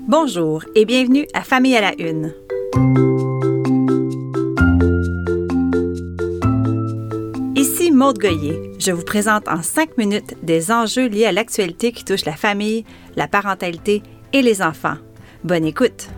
Bonjour et bienvenue à Famille à la Une. Ici Maude Goyer. Je vous présente en 5 minutes des enjeux liés à l'actualité qui touche la famille, la parentalité et les enfants. Bonne écoute!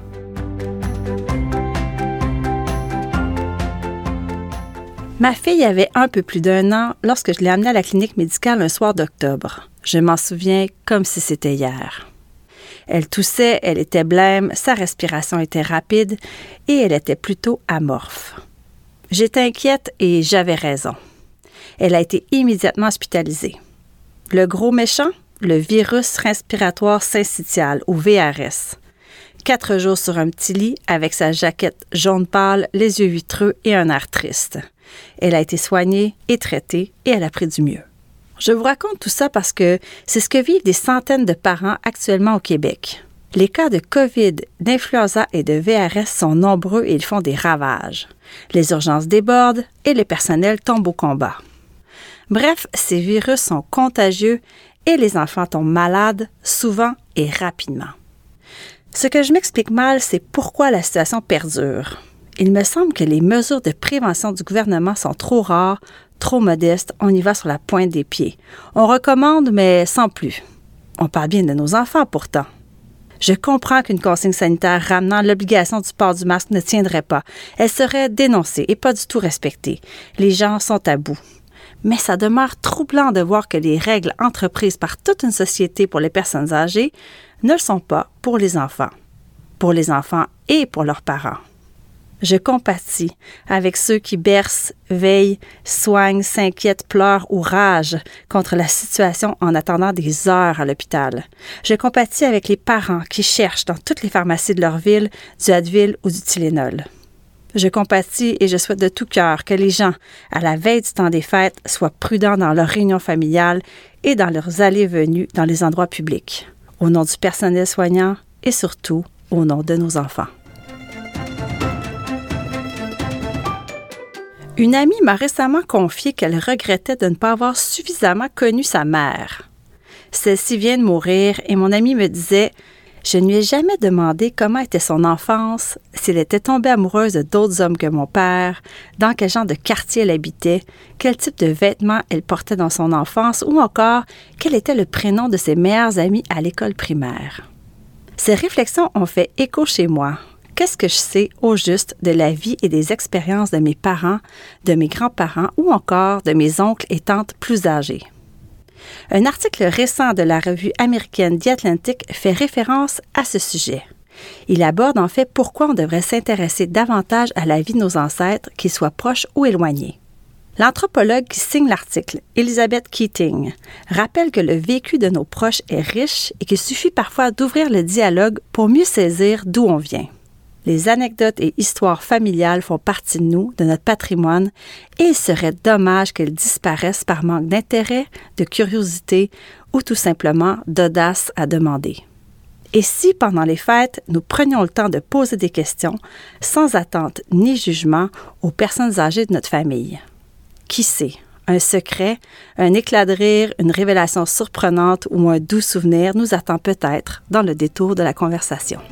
Ma fille avait un peu plus d'1 an lorsque je l'ai amenée à la clinique médicale un soir d'octobre. Je m'en souviens comme si c'était hier. Elle toussait, elle était blême, sa respiration était rapide et elle était plutôt amorphe. J'étais inquiète et j'avais raison. Elle a été immédiatement hospitalisée. Le gros méchant, le virus respiratoire syncytial ou VRS. 4 jours sur un petit lit avec sa jaquette jaune pâle, les yeux vitreux et un air triste. Elle a été soignée et traitée et elle a pris du mieux. Je vous raconte tout ça parce que c'est ce que vivent des centaines de parents actuellement au Québec. Les cas de COVID, d'influenza et de VRS sont nombreux et ils font des ravages. Les urgences débordent et les personnels tombent au combat. Bref, ces virus sont contagieux et les enfants tombent malades, souvent et rapidement. Ce que je m'explique mal, c'est pourquoi la situation perdure. Il me semble que les mesures de prévention du gouvernement sont trop rares, trop modestes, on y va sur la pointe des pieds. On recommande, mais sans plus. On parle bien de nos enfants pourtant. Je comprends qu'une consigne sanitaire ramenant l'obligation du port du masque ne tiendrait pas. Elle serait dénoncée et pas du tout respectée. Les gens sont à bout. Mais ça demeure troublant de voir que les règles entreprises par toute une société pour les personnes âgées ne le sont pas pour les enfants. Pour les enfants et pour leurs parents. Je compatis avec ceux qui bercent, veillent, soignent, s'inquiètent, pleurent ou ragent contre la situation en attendant des heures à l'hôpital. Je compatis avec les parents qui cherchent dans toutes les pharmacies de leur ville du Advil ou du Tylenol. Je compatis et je souhaite de tout cœur que les gens, à la veille du temps des fêtes, soient prudents dans leurs réunions familiales et dans leurs allées-venues dans les endroits publics. Au nom du personnel soignant et surtout au nom de nos enfants. Une amie m'a récemment confié qu'elle regrettait de ne pas avoir suffisamment connu sa mère. Celle-ci vient de mourir et mon amie me disait « Je ne lui ai jamais demandé comment était son enfance, s'il était tombée amoureuse d'autres hommes que mon père, dans quel genre de quartier elle habitait, quel type de vêtements elle portait dans son enfance ou encore quel était le prénom de ses meilleurs amis à l'école primaire. » Ces réflexions ont fait écho chez moi. Qu'est-ce que je sais au juste de la vie et des expériences de mes parents, de mes grands-parents ou encore de mes oncles et tantes plus âgés? Un article récent de la revue américaine The Atlantic fait référence à ce sujet. Il aborde en fait pourquoi on devrait s'intéresser davantage à la vie de nos ancêtres, qu'ils soient proches ou éloignés. L'anthropologue qui signe l'article, Elizabeth Keating, rappelle que le vécu de nos proches est riche et qu'il suffit parfois d'ouvrir le dialogue pour mieux saisir d'où on vient. Les anecdotes et histoires familiales font partie de nous, de notre patrimoine, et il serait dommage qu'elles disparaissent par manque d'intérêt, de curiosité ou tout simplement d'audace à demander. Et si, pendant les fêtes, nous prenions le temps de poser des questions, sans attente ni jugement, aux personnes âgées de notre famille? Qui sait? Un secret, un éclat de rire, une révélation surprenante ou un doux souvenir nous attend peut-être dans le détour de la conversation.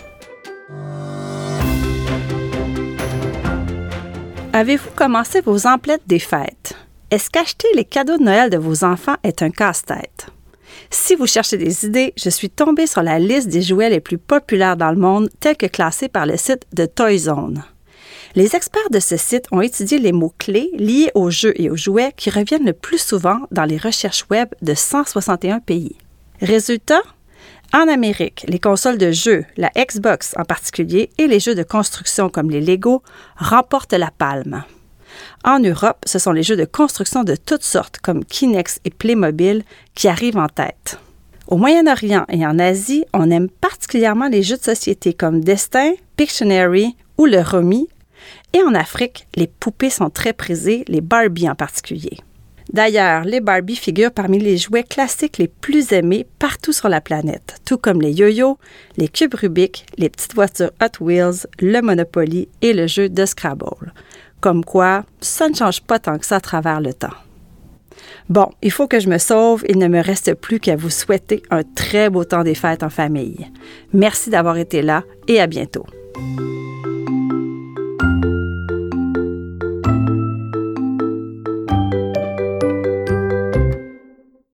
Avez-vous commencé vos emplettes des fêtes? Est-ce qu'acheter les cadeaux de Noël de vos enfants est un casse-tête? Si vous cherchez des idées, je suis tombée sur la liste des jouets les plus populaires dans le monde, tels que classés par le site de Toyzone. Les experts de ce site ont étudié les mots-clés liés aux jeux et aux jouets qui reviennent le plus souvent dans les recherches web de 161 pays. Résultat? En Amérique, les consoles de jeux, la Xbox en particulier, et les jeux de construction comme les Lego remportent la palme. En Europe, ce sont les jeux de construction de toutes sortes comme Kinex et Playmobil qui arrivent en tête. Au Moyen-Orient et en Asie, on aime particulièrement les jeux de société comme Destin, Pictionary ou le Rummy. Et en Afrique, les poupées sont très prisées, les Barbie en particulier. D'ailleurs, les Barbie figurent parmi les jouets classiques les plus aimés partout sur la planète, tout comme les yo-yo, les cubes Rubik, les petites voitures Hot Wheels, le Monopoly et le jeu de Scrabble. Comme quoi, ça ne change pas tant que ça à travers le temps. Bon, il faut que je me sauve. Il ne me reste plus qu'à vous souhaiter un très beau temps des fêtes en famille. Merci d'avoir été là et à bientôt.